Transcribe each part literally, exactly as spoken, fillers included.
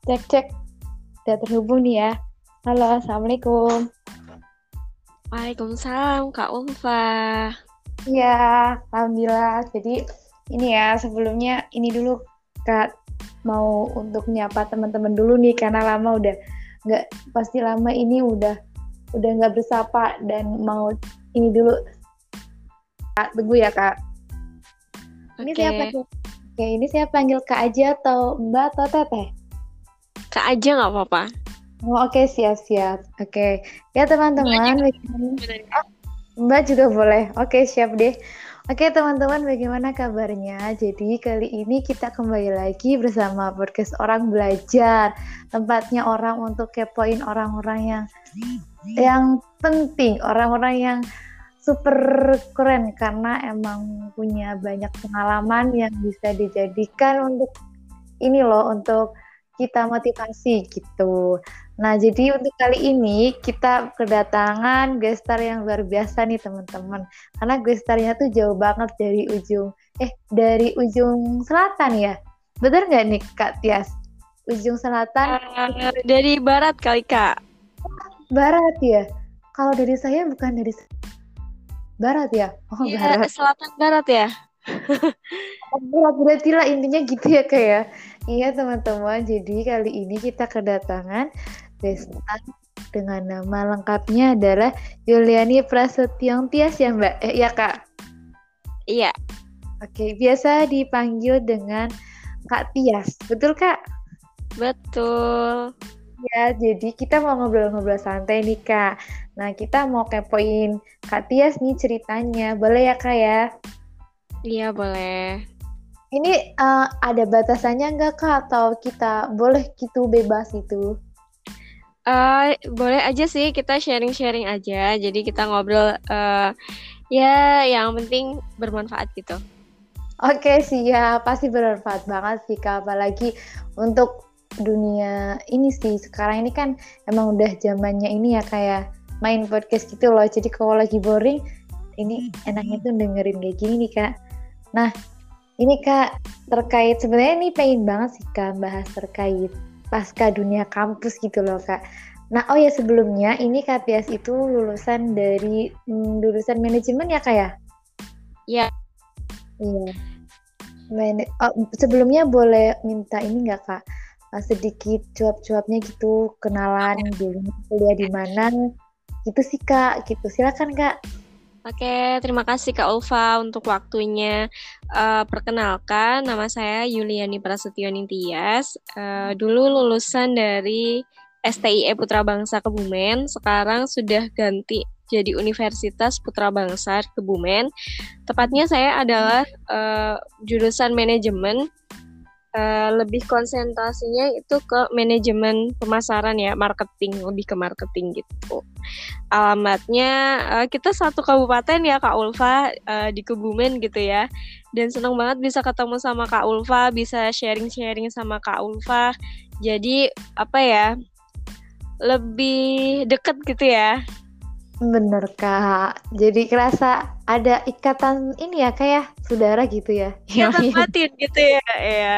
Cek cek, udah terhubung nih ya. Halo, assalamualaikum. Waalaikumsalam Kak Ulfa. Iya, alhamdulillah. Jadi ini ya sebelumnya ini dulu Kak mau untuk nyapa teman-teman dulu nih karena lama udah nggak pasti lama ini udah udah nggak bersapa dan mau ini dulu Kak tunggu ya Kak. Ini Oke, siapa tuh? Oke, ini saya panggil Kak aja atau Mbak atau Teteh? Kak aja nggak apa-apa. Oh, oke siap-siap. Oke, ya Mbak teman-teman, juga bagaimana? sebenarnya. Mbak juga boleh. Oke, siap deh. Oke, teman-teman, bagaimana kabarnya? Jadi, kali ini kita kembali lagi bersama podcast Orang Belajar. Tempatnya orang untuk kepoin orang-orang yang yang penting, orang-orang yang super keren karena emang punya banyak pengalaman yang bisa dijadikan untuk ini loh, untuk kita motivasi gitu. Nah, jadi untuk kali ini kita kedatangan gestar yang luar biasa nih teman-teman. Karena gestarnya tuh jauh banget dari ujung, eh dari ujung selatan ya. Bener nggak nih Kak Tias? Ujung selatan, Eh, dari barat kali Kak. barat ya? Kalau dari saya bukan dari barat ya? Oh Iya, barat. selatan barat ya. Oh, barat berarti lah intinya gitu ya Kak ya? Iya teman-teman, jadi kali ini kita kedatangan gestar dengan nama lengkapnya adalah Yuliani Prasetyo Tias ya Mbak? Eh ya Kak. Iya, Oke, biasa dipanggil dengan Kak Tias. Betul Kak? betul. Ya, jadi kita mau ngobrol-ngobrol santai nih Kak. Nah, kita mau kepoin Kak Tias nih ceritanya. Boleh ya Kak ya? Iya, boleh. Ini uh, ada batasannya nggak Kak? Atau kita boleh gitu bebas itu? Eh, boleh aja sih kita sharing-sharing aja. Jadi kita ngobrol eh ya yang penting bermanfaat gitu. Oke sih ya, pasti bermanfaat banget sih Kak. Apalagi untuk dunia ini sih, sekarang ini kan emang udah zamannya ini ya kayak main podcast gitu loh. Jadi kalau lagi boring, ini enaknya tuh dengerin kayak gini nih Kak. Nah, ini Kak, terkait sebenarnya ini pengen banget sih Kak bahas terkait pasca dunia kampus gitu loh Kak. Nah, oh ya sebelumnya ini Kak Tias itu lulusan dari hmm, lulusan manajemen ya Kak ya? Ya, Iya. Man- oh, sebelumnya boleh minta ini nggak Kak? Uh, sedikit cuap-cuapnya gitu, kenalan dulu kuliah di mana, gitu sih Kak, gitu. Silakan Kak. oke, terima kasih Kak Ulfa untuk waktunya. Eh, perkenalkan, nama saya Yuliani Prasetyo Ningtyas. Eh, dulu lulusan dari S T I E Putra Bangsa Kebumen, sekarang sudah ganti jadi Universitas Putra Bangsa Kebumen. Tepatnya saya adalah eh, jurusan manajemen, eh, lebih konsentrasinya itu ke manajemen pemasaran ya, marketing, lebih ke marketing gitu. Alamatnya eh, kita satu kabupaten ya Kak Ulfa, eh, di Kebumen gitu ya. Dan senang banget bisa ketemu sama Kak Ulfa, bisa sharing-sharing sama Kak Ulfa. Jadi apa ya, lebih deket gitu ya. Bener Kak. Jadi kerasa ada ikatan ini ya Kak ya, saudara gitu ya. Ikatan batin gitu ya. Ya.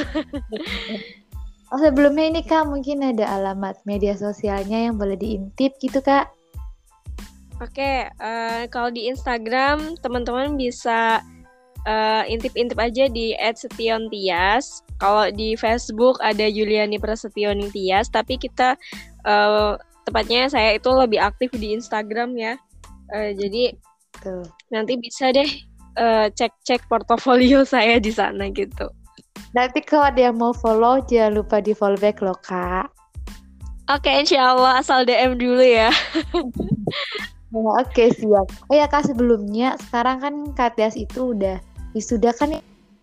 Oh sebelumnya ini Kak mungkin ada alamat media sosialnya yang boleh diintip gitu Kak. Oke, eh, kalau di Instagram teman-teman bisa eh, intip-intip aja di et setiontias. Kalau di Facebook ada Yuliani Prasetyo Ningtyas, tapi kita eh, tepatnya saya itu lebih aktif di Instagram ya. Eh, jadi Tuh. nanti bisa deh eh, cek-cek portofolio saya di sana gitu. Nanti kalau ada yang mau follow jangan lupa di follow back loh Kak. Oke, insya Allah asal D M dulu ya. Oh, oke siap. Oh ya Kak sebelumnya sekarang kan Kak Tias itu udah wisuda kan ya?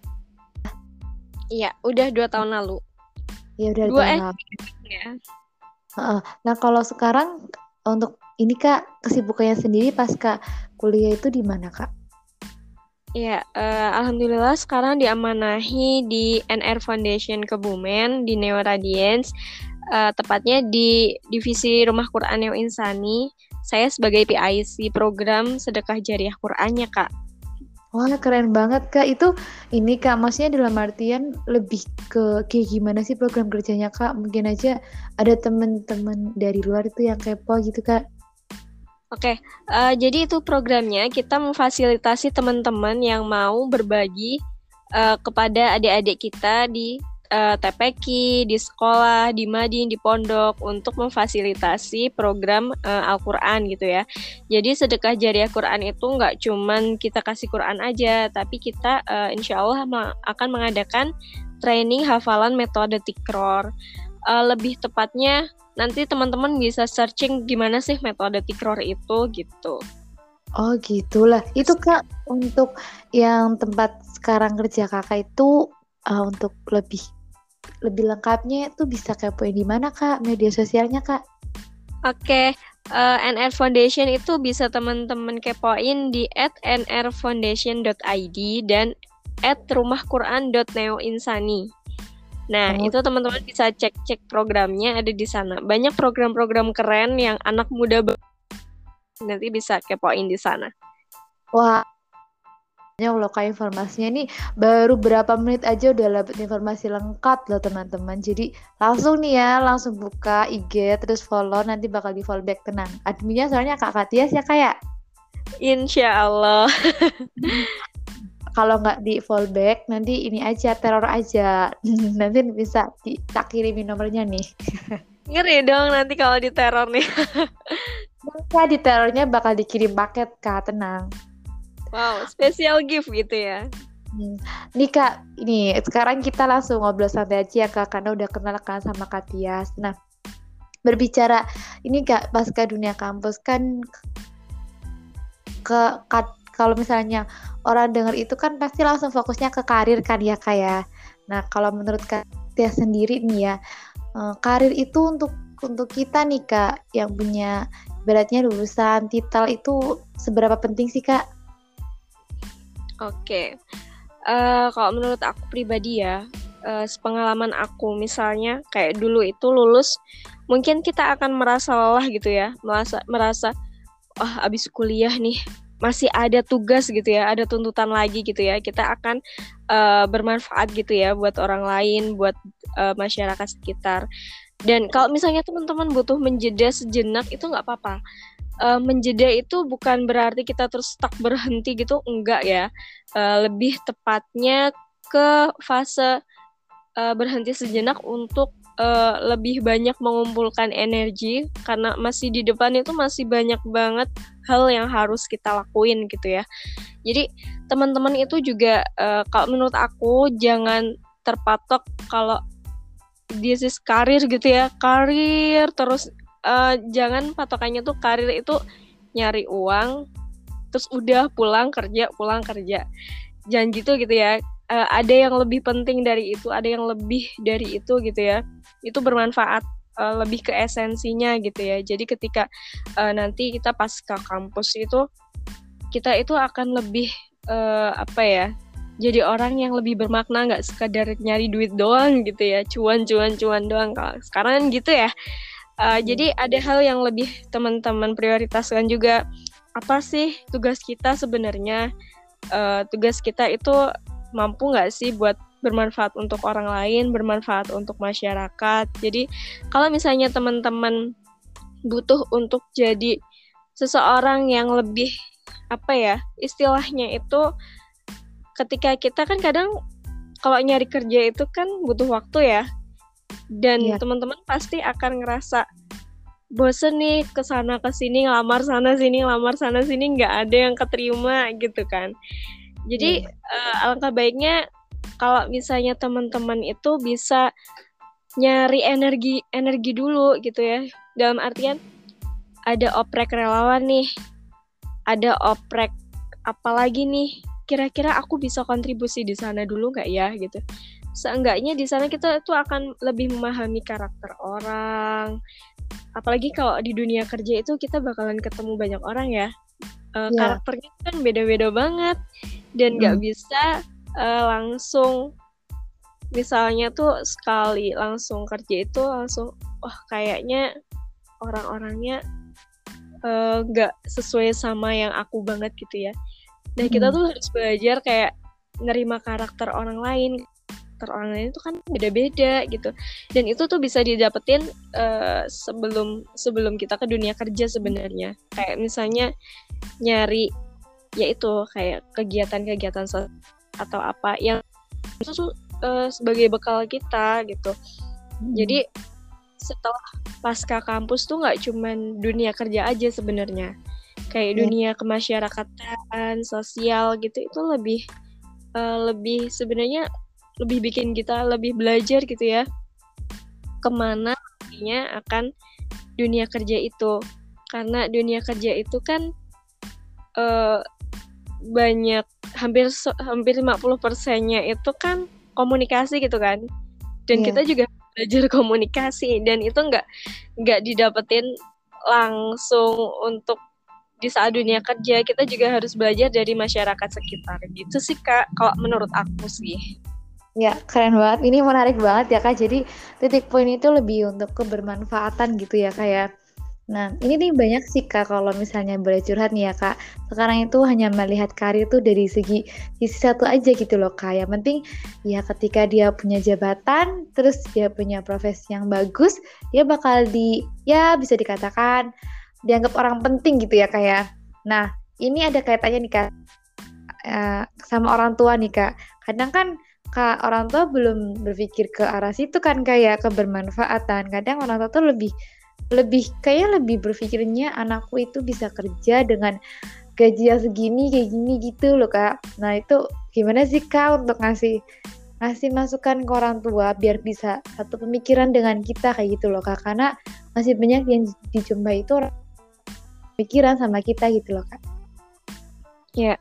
Iya, udah dua tahun lalu. Ya udah Dua tahun eh lalu. ya. Heeh. Nah kalau sekarang untuk ini Kak kesibukannya sendiri pas Kak kuliah itu di mana Kak? Ya, eh, alhamdulillah sekarang diamanahi di N R Foundation Kebumen di Neo Radiance, eh, tepatnya di divisi Rumah Quran Neo Insani. Saya sebagai P I C program sedekah jariah Qurannya, Kak. Wah, keren banget Kak. Itu ini Kak, maksudnya dalam artian lebih ke kayak gimana sih program kerjanya Kak? Mungkin aja ada teman-teman dari luar itu yang kepo gitu Kak. Oke, uh, jadi itu programnya kita memfasilitasi teman-teman yang mau berbagi uh, kepada adik-adik kita di uh, T P Q, di sekolah, di mading, di pondok untuk memfasilitasi program uh, Al-Quran gitu ya. Jadi sedekah jariah Quran itu nggak cuman kita kasih Quran aja, tapi kita uh, insya Allah ma- akan mengadakan training hafalan metode tikror. Uh, lebih tepatnya nanti teman-teman bisa searching gimana sih metode tikror itu gitu. Oh gitulah. Itu Kak untuk yang tempat sekarang kerja Kakak itu uh, untuk lebih lebih lengkapnya itu bisa kepoin di mana Kak? Media sosialnya Kak? Oke, uh, N R Foundation itu bisa teman-teman kepoin di at n r foundation dot i d dan at rumahquran dot neoinsani. Nah, Oh. itu teman-teman bisa cek-cek programnya ada di sana. Banyak program-program keren yang anak muda nanti bisa kepoin di sana. Wah, ya Allah Kak, informasinya ini baru berapa menit aja udah dapat informasi lengkap loh teman-teman. Jadi langsung nih ya, langsung buka I G terus follow, nanti bakal di follow back, tenang. Adminnya soalnya Kak Katias ya kayak. Insya Allah. Kalau nggak di fallback nanti ini aja teror aja. Nanti bisa di, tak kirimin nomornya nih. Ngeri dong nanti kalau diteror nih. Bisa di terornya bakal dikirim paket Kak, tenang. Wow, special gift gitu ya. Hmm. Nih Kak, ini sekarang kita langsung ngobrol santai aja ya Kak, karena udah kenal kan sama Kak Tias. Nah, berbicara ini Kak, pasca dunia kampus kan ke, ke kalau misalnya orang dengar itu kan pasti langsung fokusnya ke karir kan ya Kak ya. Nah, kalau menurut Kak Tias sendiri nih ya, karir itu untuk untuk kita nih Kak yang punya beratnya lulusan titel itu seberapa penting sih Kak? Oke, uh, kalau menurut aku pribadi ya, uh, sepengalaman aku misalnya kayak dulu itu lulus, mungkin kita akan merasa lelah gitu ya, merasa merasa, wah abis kuliah nih masih ada tugas gitu ya, ada tuntutan lagi gitu ya, kita akan uh, bermanfaat gitu ya buat orang lain, buat uh, masyarakat sekitar. Dan kalau misalnya teman-teman butuh menjeda sejenak itu nggak apa-apa. Uh, menjeda itu bukan berarti kita terus stuck berhenti gitu, enggak ya. Uh, lebih tepatnya ke fase uh, berhenti sejenak untuk uh, lebih banyak mengumpulkan energi karena masih di depan itu masih banyak banget hal yang harus kita lakuin gitu ya. Jadi teman-teman itu juga uh, kalau menurut aku jangan terpatok kalau this is karir gitu ya, karir terus. Uh, jangan patokannya tuh karir itu nyari uang terus udah pulang kerja pulang kerja jangan gitu gitu ya. Uh, ada yang lebih penting dari itu, ada yang lebih dari itu gitu ya, itu bermanfaat uh, lebih ke esensinya gitu ya. Jadi ketika uh, nanti kita pas ke kampus itu kita itu akan lebih uh, apa ya, jadi orang yang lebih bermakna, nggak sekadar nyari duit doang gitu ya, cuan cuan cuan doang. Kalau sekarang kan gitu ya. Uh, hmm. Jadi ada hal yang lebih teman-teman prioritaskan juga. Apa sih tugas kita sebenarnya? Uh, tugas kita itu mampu nggak sih buat bermanfaat untuk orang lain, bermanfaat untuk masyarakat. Jadi kalau misalnya teman-teman butuh untuk jadi seseorang yang lebih apa ya, istilahnya itu ketika kita kan kadang kalau nyari kerja itu kan butuh waktu ya. Dan yeah. teman-teman pasti akan ngerasa bosen nih kesana kesini, ngelamar sana sini, ngelamar sana sini, nggak ada yang keterima gitu kan. Jadi yeah. uh, alangkah baiknya kalau misalnya teman-teman itu bisa nyari energi energi dulu gitu ya. Dalam artian ada oprek relawan nih, ada oprek apalagi nih, kira-kira aku bisa kontribusi di sana dulu nggak ya gitu. Seenggaknya di sana kita tuh akan lebih memahami karakter orang. Apalagi kalau di dunia kerja itu kita bakalan ketemu banyak orang ya. Uh, yeah. Karakternya kan beda-beda banget. Dan nggak mm. bisa uh, langsung, misalnya tuh sekali langsung kerja itu langsung, wah kayaknya orang-orangnya nggak uh, sesuai sama yang aku banget gitu ya. Nah kita Hmm. tuh harus belajar kayak nerima karakter orang lain. Karakter orang lain itu kan beda-beda gitu. Dan itu tuh bisa didapetin uh, sebelum sebelum kita ke dunia kerja sebenarnya. Kayak misalnya nyari yaitu kayak kegiatan-kegiatan sosial atau apa yang itu tuh uh, sebagai bekal kita gitu. Hmm. Jadi setelah pasca kampus tuh nggak cuman dunia kerja aja sebenarnya, kayak yeah. dunia kemasyarakatan, sosial gitu itu lebih uh, lebih sebenarnya lebih bikin kita lebih belajar gitu ya kemana nantinya akan dunia kerja itu, karena dunia kerja itu kan uh, banyak hampir hampir lima puluh persennya itu kan komunikasi gitu kan, dan yeah. kita juga belajar komunikasi, dan itu nggak nggak didapetin langsung untuk di saat dunia kerja. Kita juga harus belajar dari masyarakat sekitar gitu sih Kak, kalau menurut aku sih. Ya, keren banget. Ini menarik banget ya Kak. Jadi titik poin itu lebih untuk kebermanfaatan gitu ya Kak ya. Nah, ini nih banyak sih Kak kalau misalnya boleh curhat nih ya Kak. Sekarang itu hanya melihat karir tuh dari segi sisi satu aja gitu loh Kak. Yang penting ya ketika dia punya jabatan, terus dia punya profesi yang bagus, dia bakal di, ya bisa dikatakan dianggap orang penting gitu ya Kak ya. Nah, ini ada kaitannya nih Kak uh, sama orang tua nih Kak. Kadang kan Kak, orang tua belum berpikir ke arah situ kan kayak kebermanfaatan. Kadang orang tua tuh lebih lebih kayak lebih berpikirnya anakku itu bisa kerja dengan gaji yang segini kayak gini gitu loh Kak. Nah itu gimana sih Kak untuk ngasih ngasih masukan ke orang tua biar bisa satu pemikiran dengan kita kayak gitu loh Kak, karena masih banyak yang dijumpai itu orang pikiran sama kita gitu loh Kak. Ya,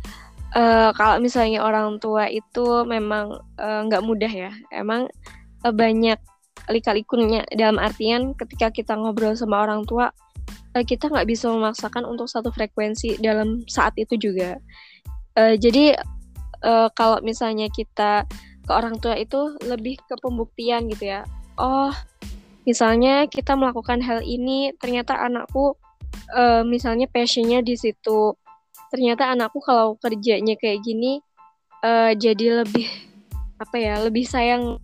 uh, kalau misalnya orang tua itu memang nggak uh, mudah ya, emang uh, banyak lika-likunya, dalam artian ketika kita ngobrol sama orang tua uh, kita nggak bisa memaksakan untuk satu frekuensi dalam saat itu juga. Uh, jadi uh, kalau misalnya kita ke orang tua itu lebih ke pembuktian gitu ya. Oh, misalnya kita melakukan hal ini, ternyata anakku uh, misalnya passionnya di situ. Ternyata anakku kalau kerjanya kayak gini uh, jadi lebih apa ya, lebih sayang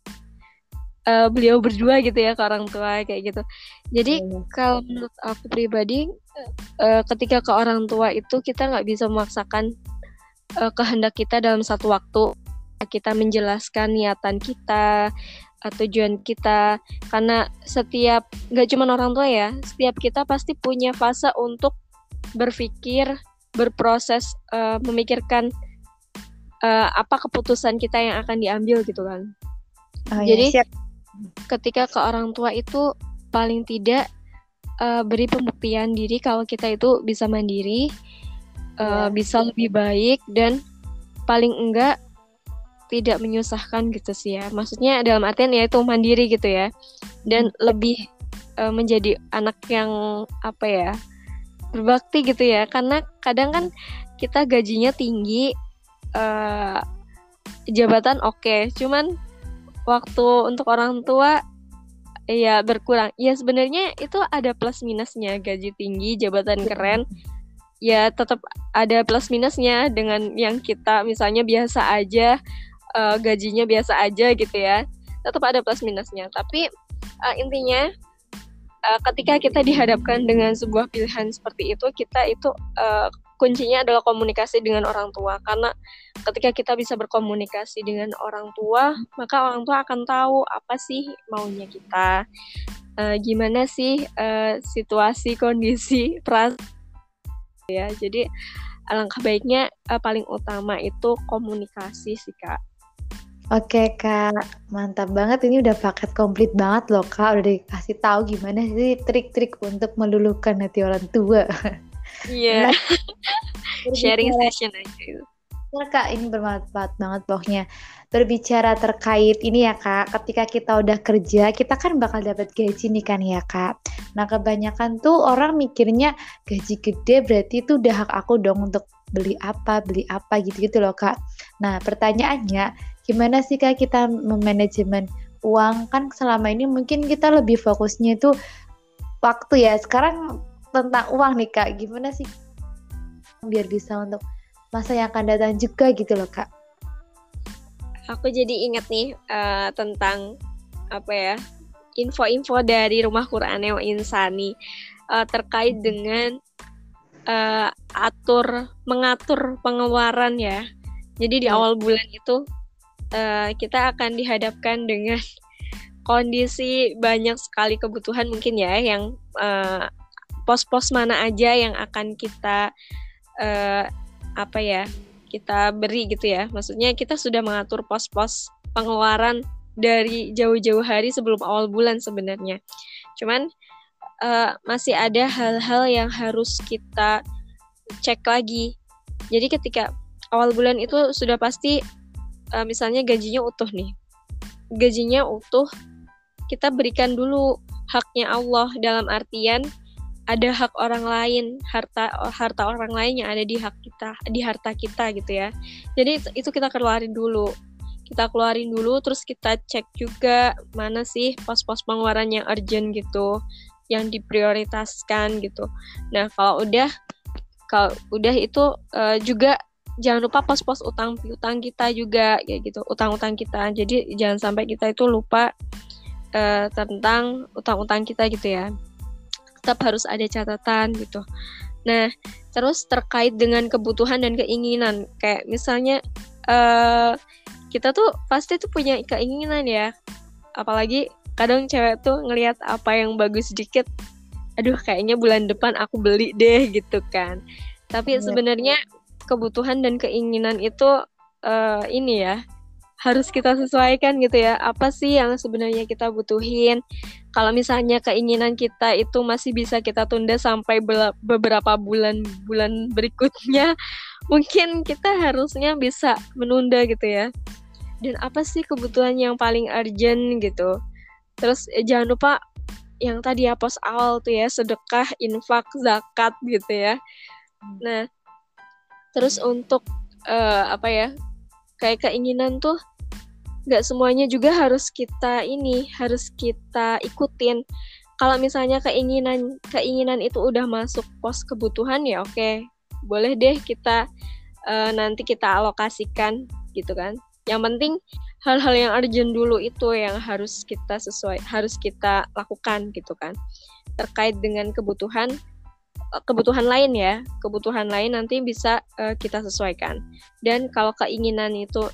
uh, beliau berdua gitu ya ke orang tua kayak gitu. Jadi hmm. kalau menurut aku pribadi uh, ketika ke orang tua itu kita nggak bisa memaksakan uh, kehendak kita dalam satu waktu. Kita menjelaskan niatan kita, tujuan kita, karena setiap nggak cuma orang tua ya, setiap kita pasti punya fase untuk berpikir, berproses, uh, memikirkan uh, apa keputusan kita yang akan diambil gitu kan. Oh, jadi ya, siap. Ketika ke orang tua itu paling tidak uh, beri pembuktian diri kalau kita itu bisa mandiri, uh, ya. bisa lebih baik, dan paling enggak tidak menyusahkan gitu sih ya. Maksudnya dalam artian ya itu mandiri gitu ya. Dan hmm. lebih uh, menjadi anak yang apa ya, berbakti gitu ya. Karena kadang kan kita gajinya tinggi, uh, jabatan oke, okay. Cuman waktu untuk orang tua ya berkurang. Ya sebenarnya itu ada plus minusnya. Gaji tinggi, jabatan keren, ya tetap ada plus minusnya dengan yang kita misalnya biasa aja, uh, gajinya biasa aja gitu ya, tetap ada plus minusnya. Tapi uh, intinya uh, ketika kita dihadapkan dengan sebuah pilihan seperti itu, kita itu uh, kuncinya adalah komunikasi dengan orang tua, karena ketika kita bisa berkomunikasi dengan orang tua, maka orang tua akan tahu apa sih maunya kita, uh, gimana sih uh, situasi, kondisi, perasaan ya. Jadi alangkah baiknya uh, paling utama itu komunikasi sih Kak. Oke Kak, mantap banget, ini udah paket komplit banget loh Kak, udah dikasih tahu gimana sih trik-trik untuk meluluhkan hati orang tua. Iya. Yeah. Sharing session aja. Nah, Kak, ini bermanfaat banget pokoknya. Berbicara terkait ini ya Kak, ketika kita udah kerja, kita kan bakal dapat gaji nih kan ya Kak. Nah kebanyakan tuh orang mikirnya gaji gede berarti itu udah hak aku dong untuk beli apa, beli apa gitu-gitu loh Kak. Nah pertanyaannya, gimana sih Kak kita memanajemen uang? Kan selama ini mungkin kita lebih fokusnya itu waktu ya. Sekarang tentang uang nih Kak, gimana sih biar bisa untuk masa yang akan datang juga gitu loh Kak. Aku jadi ingat nih uh, tentang apa ya, info-info dari Rumah Quran Neo Insani uh, terkait dengan uh, atur mengatur pengeluaran ya. Jadi di yeah. awal bulan itu uh, kita akan dihadapkan dengan kondisi banyak sekali kebutuhan mungkin ya, yang uh, pos-pos mana aja yang akan kita uh, apa ya kita beri gitu ya. Maksudnya kita sudah mengatur pos-pos pengeluaran dari jauh-jauh hari sebelum awal bulan sebenarnya. Cuman uh, masih ada hal-hal yang harus kita cek lagi. Jadi ketika awal bulan itu sudah pasti uh, misalnya gajinya utuh nih. Gajinya utuh, kita berikan dulu haknya Allah, dalam artian ada hak orang lain, harta harta orang lain yang ada di hak kita, di harta kita gitu ya. Jadi itu kita keluarin dulu. Kita keluarin dulu, terus kita cek juga mana sih pos-pos pengeluaran yang urgent gitu, yang diprioritaskan gitu. Nah, kalau udah kalau udah itu uh, juga jangan lupa pos-pos utang piutang kita juga kayak gitu, utang-utang kita. Jadi jangan sampai kita itu lupa uh, tentang utang-utang kita gitu ya. Tetap harus ada catatan gitu. Nah, terus terkait dengan kebutuhan dan keinginan, kayak misalnya uh, kita tuh pasti tuh punya keinginan ya, apalagi kadang cewek tuh ngelihat apa yang bagus dikit, aduh kayaknya bulan depan aku beli deh gitu kan. Tapi yeah. sebenarnya kebutuhan dan keinginan itu uh, ini ya harus kita sesuaikan gitu ya. Apa sih yang sebenarnya kita butuhin? Kalau misalnya keinginan kita itu masih bisa kita tunda sampai be- beberapa bulan-bulan berikutnya, mungkin kita harusnya bisa menunda gitu ya. Dan apa sih kebutuhan yang paling urgent gitu. Terus eh, jangan lupa yang tadi ya pos awal tuh ya, sedekah, infak, zakat gitu ya. Nah, terus untuk uh, apa ya, kayak keinginan tuh nggak semuanya juga harus kita ini harus kita ikutin. Kalau misalnya keinginan keinginan itu udah masuk pos kebutuhan ya oke, boleh deh kita uh, nanti kita alokasikan gitu kan. Yang penting hal-hal yang urgent dulu itu yang harus kita sesuai harus kita lakukan gitu kan. Terkait dengan kebutuhan kebutuhan lain ya, kebutuhan lain nanti bisa uh, kita sesuaikan. Dan kalau keinginan itu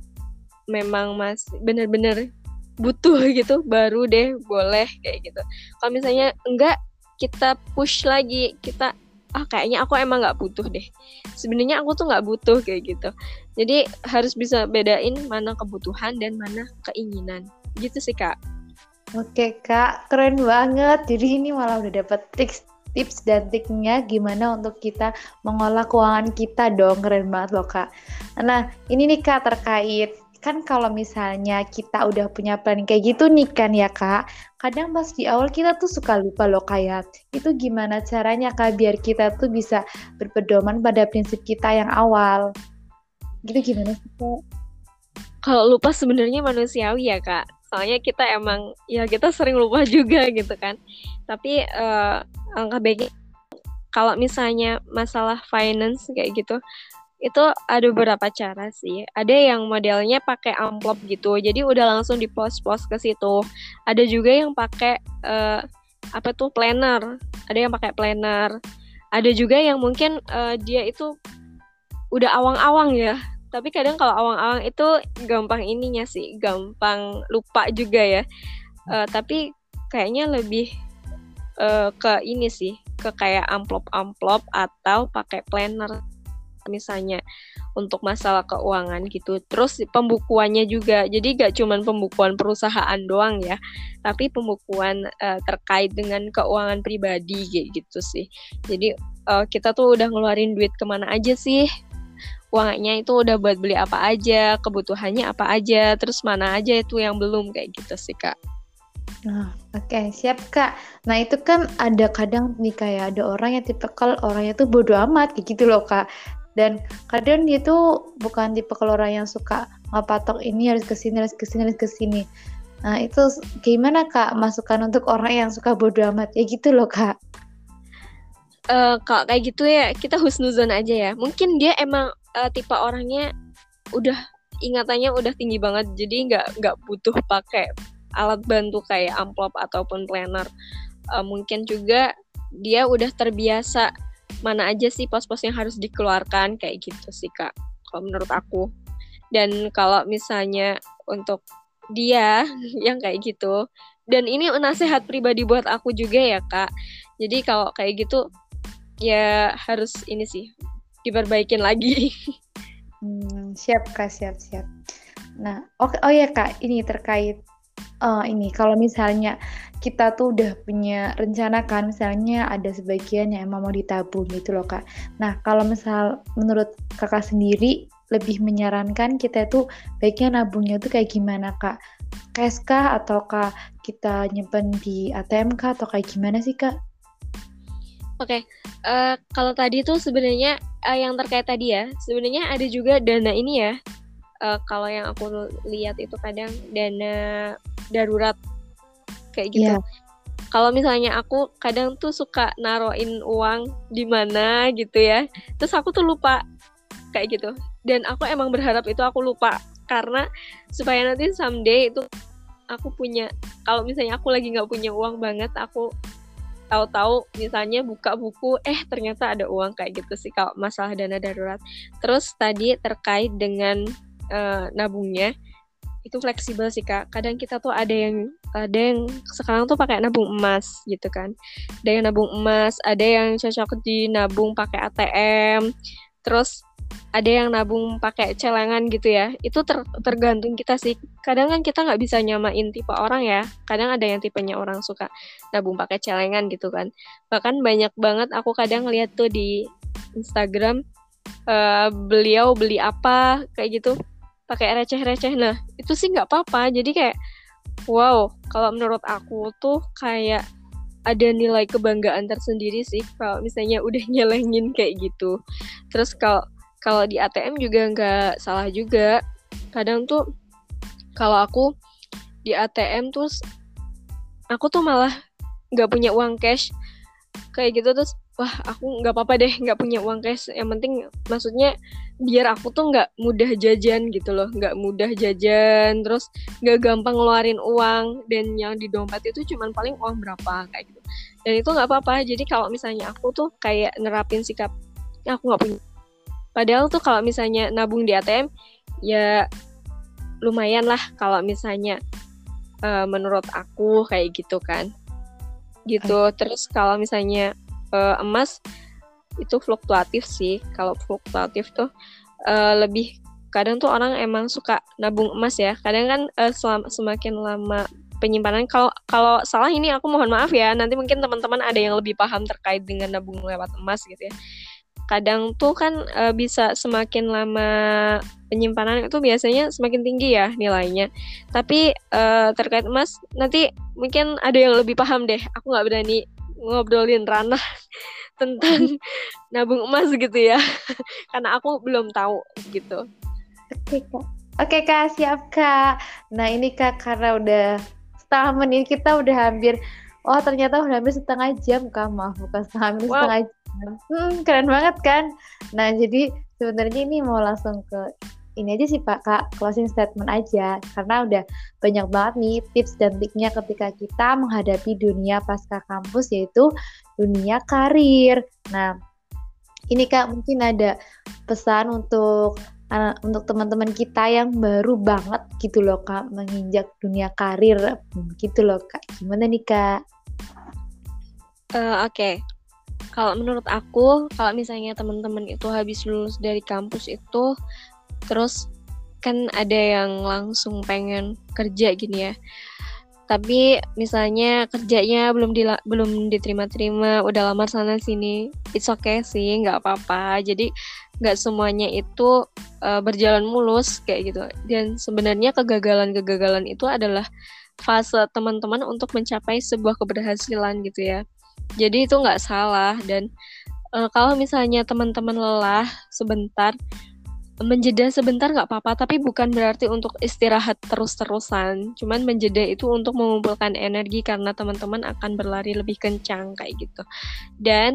memang masih benar-benar butuh gitu, baru deh boleh kayak gitu. Kalau misalnya enggak, kita push lagi, kita ah kayaknya aku emang nggak butuh deh. Sebenarnya aku tuh nggak butuh kayak gitu. Jadi harus bisa bedain mana kebutuhan dan mana keinginan. Gitu sih Kak. Oke Kak, keren banget. Jadi ini malah udah dapet tips tips dan triknya gimana untuk kita mengolah keuangan kita dong. Keren banget loh Kak. Nah ini nih Kak terkait kan kalau misalnya kita udah punya plan kayak gitu nih kan ya Kak, kadang pas di awal kita tuh suka lupa loh kayak itu gimana caranya Kak biar kita tuh bisa berpedoman pada prinsip kita yang awal. Gitu gimana sih Kak? Kalau lupa sebenarnya manusiawi ya Kak, soalnya kita emang ya kita sering lupa juga gitu kan. Tapi uh, angka baiknya kalau misalnya masalah finance kayak gitu, itu ada beberapa cara sih. Ada yang modelnya pakai amplop gitu, jadi udah langsung di post-post ke situ. Ada juga yang pakai uh, apa tuh planner. Ada yang pakai planner. Ada juga yang mungkin uh, dia itu udah awang-awang ya. Tapi kadang kalau awang-awang itu gampang ininya sih, gampang lupa juga ya. Uh, tapi kayaknya lebih uh, ke ini sih, ke kayak amplop-amplop atau pakai planner. Misalnya untuk masalah keuangan gitu. Terus pembukuannya juga, jadi gak cuman pembukuan perusahaan doang ya, tapi pembukuan uh, terkait dengan keuangan pribadi kayak gitu sih. Jadi uh, kita tuh udah ngeluarin duit kemana aja sih, uangnya itu udah buat beli apa aja, kebutuhannya apa aja, terus mana aja itu yang belum kayak gitu sih Kak. Nah, oke, okay, siap Kak. Nah, itu kan ada kadang nih kayak ada orang yang tipikal orangnya tuh bodo amat kayak gitu loh Kak. Dan kadang dia tuh bukan tipe orang yang suka ngepatok ini harus kesini, harus kesini, harus kesini. Nah itu gimana Kak masukan untuk orang yang suka bodo amat ya gitu loh Kak? uh, kalau kayak gitu ya kita husnuzon aja ya. Mungkin dia emang uh, tipe orangnya udah ingatannya udah tinggi banget, jadi nggak nggak butuh pakai alat bantu kayak amplop ataupun planner. Uh, mungkin juga dia udah terbiasa mana aja sih pos-pos yang harus dikeluarkan kayak gitu sih Kak, kalau menurut aku. Dan kalau misalnya untuk dia yang kayak gitu, dan ini nasihat pribadi buat aku juga ya Kak, jadi kalau kayak gitu ya harus ini sih diperbaikin lagi. Hmm, siap Kak, siap siap. Nah, oke, oh ya Kak, ini terkait uh, ini kalau misalnya kita tuh udah punya rencana kan, misalnya ada sebagian yang emang mau ditabung gitu loh Kak. Nah, kalau misal menurut Kakak sendiri lebih menyarankan kita tuh baiknya nabungnya tuh kayak gimana Kak? Cash kah ataukah kita nyimpen di A T M kah atau kayak gimana sih Kak? Oke, okay. uh, kalau tadi tuh sebenarnya uh, yang terkait tadi ya, sebenarnya ada juga dana ini ya. Uh, kalau yang aku lihat itu kadang dana darurat kayak gitu. Yeah. Kalau misalnya aku kadang tuh suka naroin uang di mana gitu ya, terus aku tuh lupa kayak gitu. Dan aku emang berharap itu aku lupa karena supaya nanti someday itu aku punya. Kalau misalnya aku lagi nggak punya uang banget, aku tahu-tahu misalnya buka buku, eh ternyata ada uang kayak gitu sih kalau masalah dana darurat. Terus tadi terkait dengan uh, nabungnya, itu fleksibel sih Kak. Kadang kita tuh ada yang ada yang sekarang tuh pakai nabung emas gitu kan. Ada yang nabung emas, ada yang cocok di nabung pakai A T M. Terus ada yang nabung pakai celengan gitu ya. Itu ter- tergantung kita sih. Kadang kan kita nggak bisa nyamain tipe orang ya. Kadang ada yang tipenya orang suka nabung pakai celengan gitu kan. Bahkan banyak banget aku kadang lihat tuh di Instagram uh, beliau beli apa kayak gitu pakai receh-receh. Nah itu sih nggak apa-apa. Jadi kayak wow, kalau menurut aku tuh kayak ada nilai kebanggaan tersendiri sih kalau misalnya udah nyelengin kayak gitu. Terus kalau kalau di A T M juga nggak salah juga. Kadang tuh kalau aku di A T M terus aku tuh malah nggak punya uang cash kayak gitu, terus wah aku nggak apa-apa deh nggak punya uang cash. Yang penting maksudnya biar aku tuh nggak mudah jajan gitu loh, nggak mudah jajan, terus nggak gampang ngeluarin uang, dan yang di dompet itu cuman paling uang berapa kayak gitu. Dan itu nggak apa-apa. Jadi kalau misalnya aku tuh kayak nerapin sikap ya aku nggak punya. Padahal tuh kalau misalnya nabung di A T M ya lumayan lah kalau misalnya uh, menurut aku kayak gitu kan. Gitu. Terus kalau misalnya uh, emas itu fluktuatif sih. Kalau fluktuatif tuh uh, lebih kadang tuh orang emang suka nabung emas ya. Kadang kan uh, selama, semakin lama penyimpanan, kalau kalau salah ini aku mohon maaf ya. Nanti mungkin teman-teman ada yang lebih paham terkait dengan nabung lewat emas gitu ya. Kadang tuh kan e, bisa semakin lama penyimpanan itu biasanya semakin tinggi ya nilainya. Tapi e, terkait emas nanti mungkin ada yang lebih paham deh. Aku nggak berani ngobrolin ranah tentang nabung emas gitu ya, karena aku belum tahu gitu. Oke Kak, oke Kak, siap Kak. Nah ini Kak, karena udah setengah menit kita udah hampir, oh ternyata udah hampir setengah jam Kak, maaf bukan setengah menit, wow. Setengah jam. Hmm, keren banget kan? Nah, jadi sebenarnya ini mau langsung ke ini aja sih Pak, Kak, closing statement aja. Karena udah banyak banget nih tips dan triknya ketika kita menghadapi dunia pasca kampus, yaitu dunia karir. Nah, ini Kak, mungkin ada pesan untuk uh, untuk teman-teman kita yang baru banget gitu loh Kak, menginjak dunia karir gitu loh Kak. Gimana nih Kak? Uh, Oke. Okay. Kalau menurut aku, kalau misalnya teman-teman itu habis lulus dari kampus itu, terus kan ada yang langsung pengen kerja gini ya. Tapi misalnya kerjanya belum dila- belum diterima-terima, udah lamar sana sini, it's okay sih, nggak apa-apa. Jadi nggak semuanya itu uh, berjalan mulus kayak gitu. Dan sebenarnya kegagalan-kegagalan itu adalah fase teman-teman untuk mencapai sebuah keberhasilan gitu ya. Jadi itu nggak salah. Dan uh, kalau misalnya teman-teman lelah sebentar, menjeda sebentar nggak apa-apa, tapi bukan berarti untuk istirahat terus-terusan. Cuman menjeda itu untuk mengumpulkan energi karena teman-teman akan berlari lebih kencang kayak gitu. Dan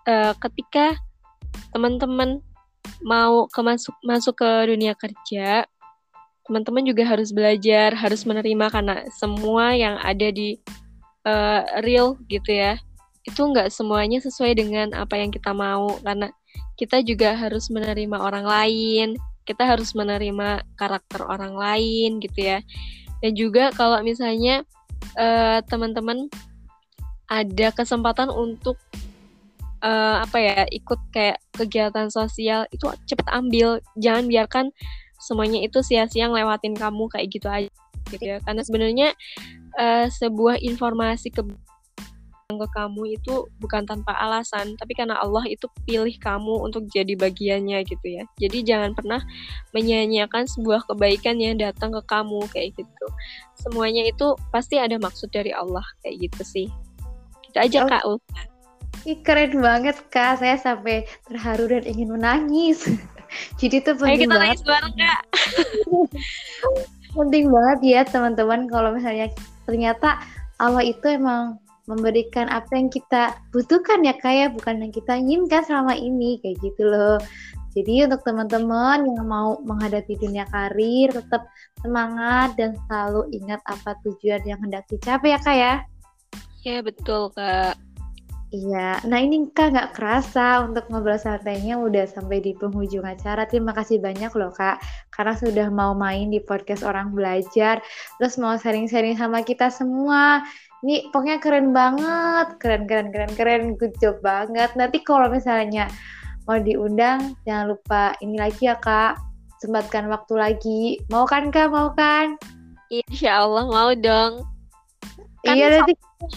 uh, ketika teman-teman mau ke masuk masuk ke dunia kerja, teman-teman juga harus belajar, harus menerima karena semua yang ada di uh, real gitu ya, itu nggak semuanya sesuai dengan apa yang kita mau, karena kita juga harus menerima orang lain, kita harus menerima karakter orang lain gitu ya. Dan juga kalau misalnya uh, teman-teman ada kesempatan untuk uh, apa ya, ikut kayak kegiatan sosial, itu cepet ambil, jangan biarkan semuanya itu sia-sia ngelewatin kamu kayak gitu aja gitu ya. Karena sebenarnya uh, sebuah informasi ke ke kamu itu bukan tanpa alasan, tapi karena Allah itu pilih kamu untuk jadi bagiannya gitu ya. Jadi jangan pernah menyia-nyiakan sebuah kebaikan yang datang ke kamu kayak gitu. Semuanya itu pasti ada maksud dari Allah kayak gitu sih. Gitu aja, oh. Kak Ulfa. Ih, keren banget Kak, saya sampai terharu dan ingin menangis. Jadi itu penting banget. Ayo kita nangis bareng Kak. Penting banget ya teman-teman, kalau misalnya ternyata Allah itu emang memberikan apa yang kita butuhkan ya kayak, bukan yang kita inginkan selama ini kayak gitu loh. Jadi untuk teman-teman yang mau menghadapi dunia karir, tetap semangat dan selalu ingat apa tujuan yang hendak dicapai ya Kak ya. Iya betul Kak. Iya, nah ini Kak nggak kerasa untuk ngobrol santainya udah sampai di penghujung acara. Terima kasih banyak loh Kak, karena sudah mau main di podcast Orang Belajar, terus mau sharing-sharing sama kita semua. Ini pokoknya keren banget, keren, keren, keren, keren, good job banget. Nanti kalau misalnya mau diundang, jangan lupa ini lagi ya Kak, sempatkan waktu lagi. Mau kan Kak, mau kan? Insya Allah mau dong. Kan iya nanti.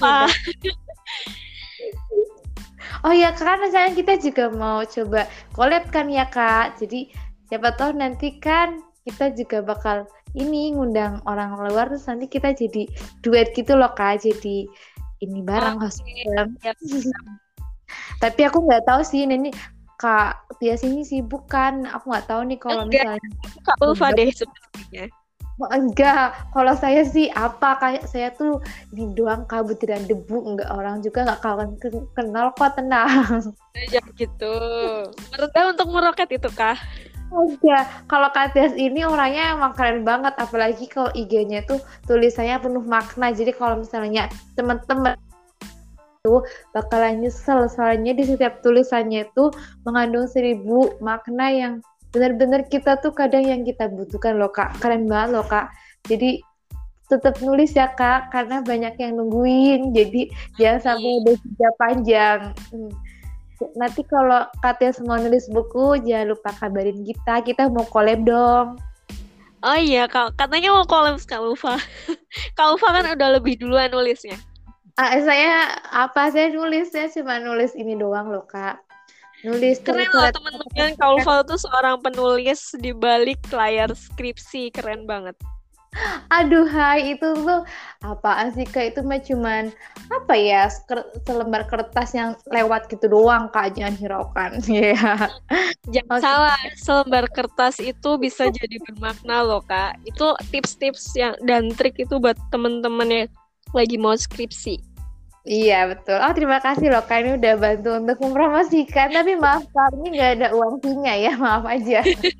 Oh iya, karena misalnya kita juga mau coba collab kan ya Kak. Jadi siapa tahu nanti kan kita juga bakal ini ngundang orang luar, terus nanti kita jadi duet gitu loh Kak. Jadi ini bareng oh, host. Okay. Tapi aku nggak tahu sih ini Kak biasanya sibuk kan. Aku nggak tahu nih kalau misalnya Kak Ulfa deh sepertinya. Enggak, kalau saya sih apa kayak saya tuh di doang kabut dan debu, enggak, orang juga nggak kawan kenal kok, tenang. Jangan gitu, merendah untuk meroket itu Kak. Enggak, kalau Katias ini orangnya emang keren banget, apalagi kalau I G-nya tuh tulisannya penuh makna. Jadi kalau misalnya teman-teman tuh bakalan nyesel, soalnya di setiap tulisannya itu mengandung seribu makna yang benar-benar kita tuh kadang yang kita butuhkan loh Kak. Keren banget loh Kak. Jadi tetap nulis ya Kak, karena banyak yang nungguin. Jadi jangan sampai udah juga panjang. Hmm. Nanti kalau Katya semua nulis buku, jangan lupa kabarin kita. Kita mau collab dong. Oh iya Kak, katanya mau collab Kak Ulfa. Kak Ulfa kan udah lebih duluan nulisnya. Ah, saya apa saya nulis, saya cuma nulis ini doang loh Kak. Nulis keren loh teman-teman, Kak Ulfa tuh seorang penulis di balik layar skripsi, keren banget. Aduh hai, itu tuh apaan sih Kak, itu mah cuman apa ya, selembar kertas yang lewat gitu doang Kak, jangan hiraukan. Ya. Yeah. Jangan okay. salah, selembar kertas itu bisa jadi bermakna loh Kak. Itu tips-tips yang dan trik itu buat teman-teman yang lagi mau skripsi. Iya betul. Oh terima kasih loh Kak, ini udah bantu untuk mempromosikan. Tapi maaf Kak, ini nggak ada uang fee-nya ya, maaf aja.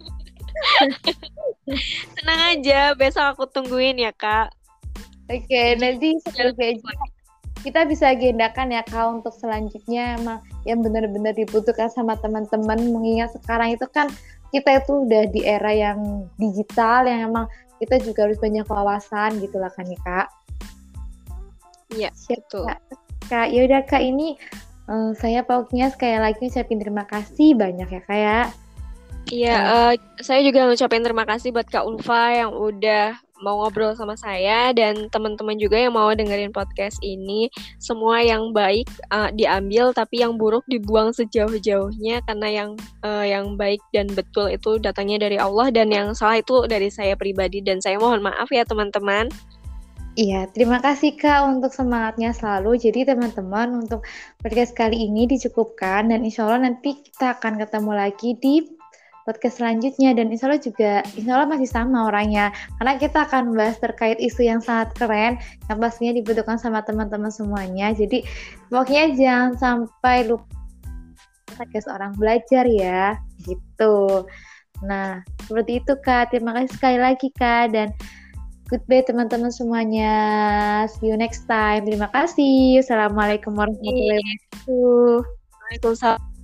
Tenang aja, besok aku tungguin ya Kak. Oke, okay, nanti kita bisa agendakan ya Kak untuk selanjutnya emang yang benar-benar dibutuhkan sama teman-teman. Mengingat sekarang itu kan kita itu udah di era yang digital, yang emang kita juga harus banyak wawasan gitu lah kan ya Kak. Iya, betul. Kak, Kak yaudah Kak, ini uh, saya pokoknya sekali lagi ucapin terima kasih banyak ya Kak ya. Iya, uh, saya juga ngucapin terima kasih buat Kak Ulfa yang udah mau ngobrol sama saya, dan teman-teman juga yang mau dengerin podcast ini. Semua yang baik uh, diambil, tapi yang buruk dibuang sejauh-jauhnya, karena yang uh, yang baik dan betul itu datangnya dari Allah, dan yang salah itu dari saya pribadi, dan saya mohon maaf ya teman-teman. Iya, terima kasih Kak untuk semangatnya selalu. Jadi teman-teman, untuk podcast kali ini dicukupkan, dan insya Allah nanti kita akan ketemu lagi di podcast selanjutnya, dan insya Allah juga insya Allah masih sama orangnya, karena kita akan membahas terkait isu yang sangat keren yang pastinya dibutuhkan sama teman-teman semuanya. Jadi pokoknya jangan sampai lupa podcast orang belajar ya, gitu. Nah, seperti itu Kak. Terima kasih sekali lagi Kak, dan goodbye teman-teman semuanya. See you next time. Terima kasih. Assalamualaikum warahmatullahi wabarakatuh. Waalaikumsalam.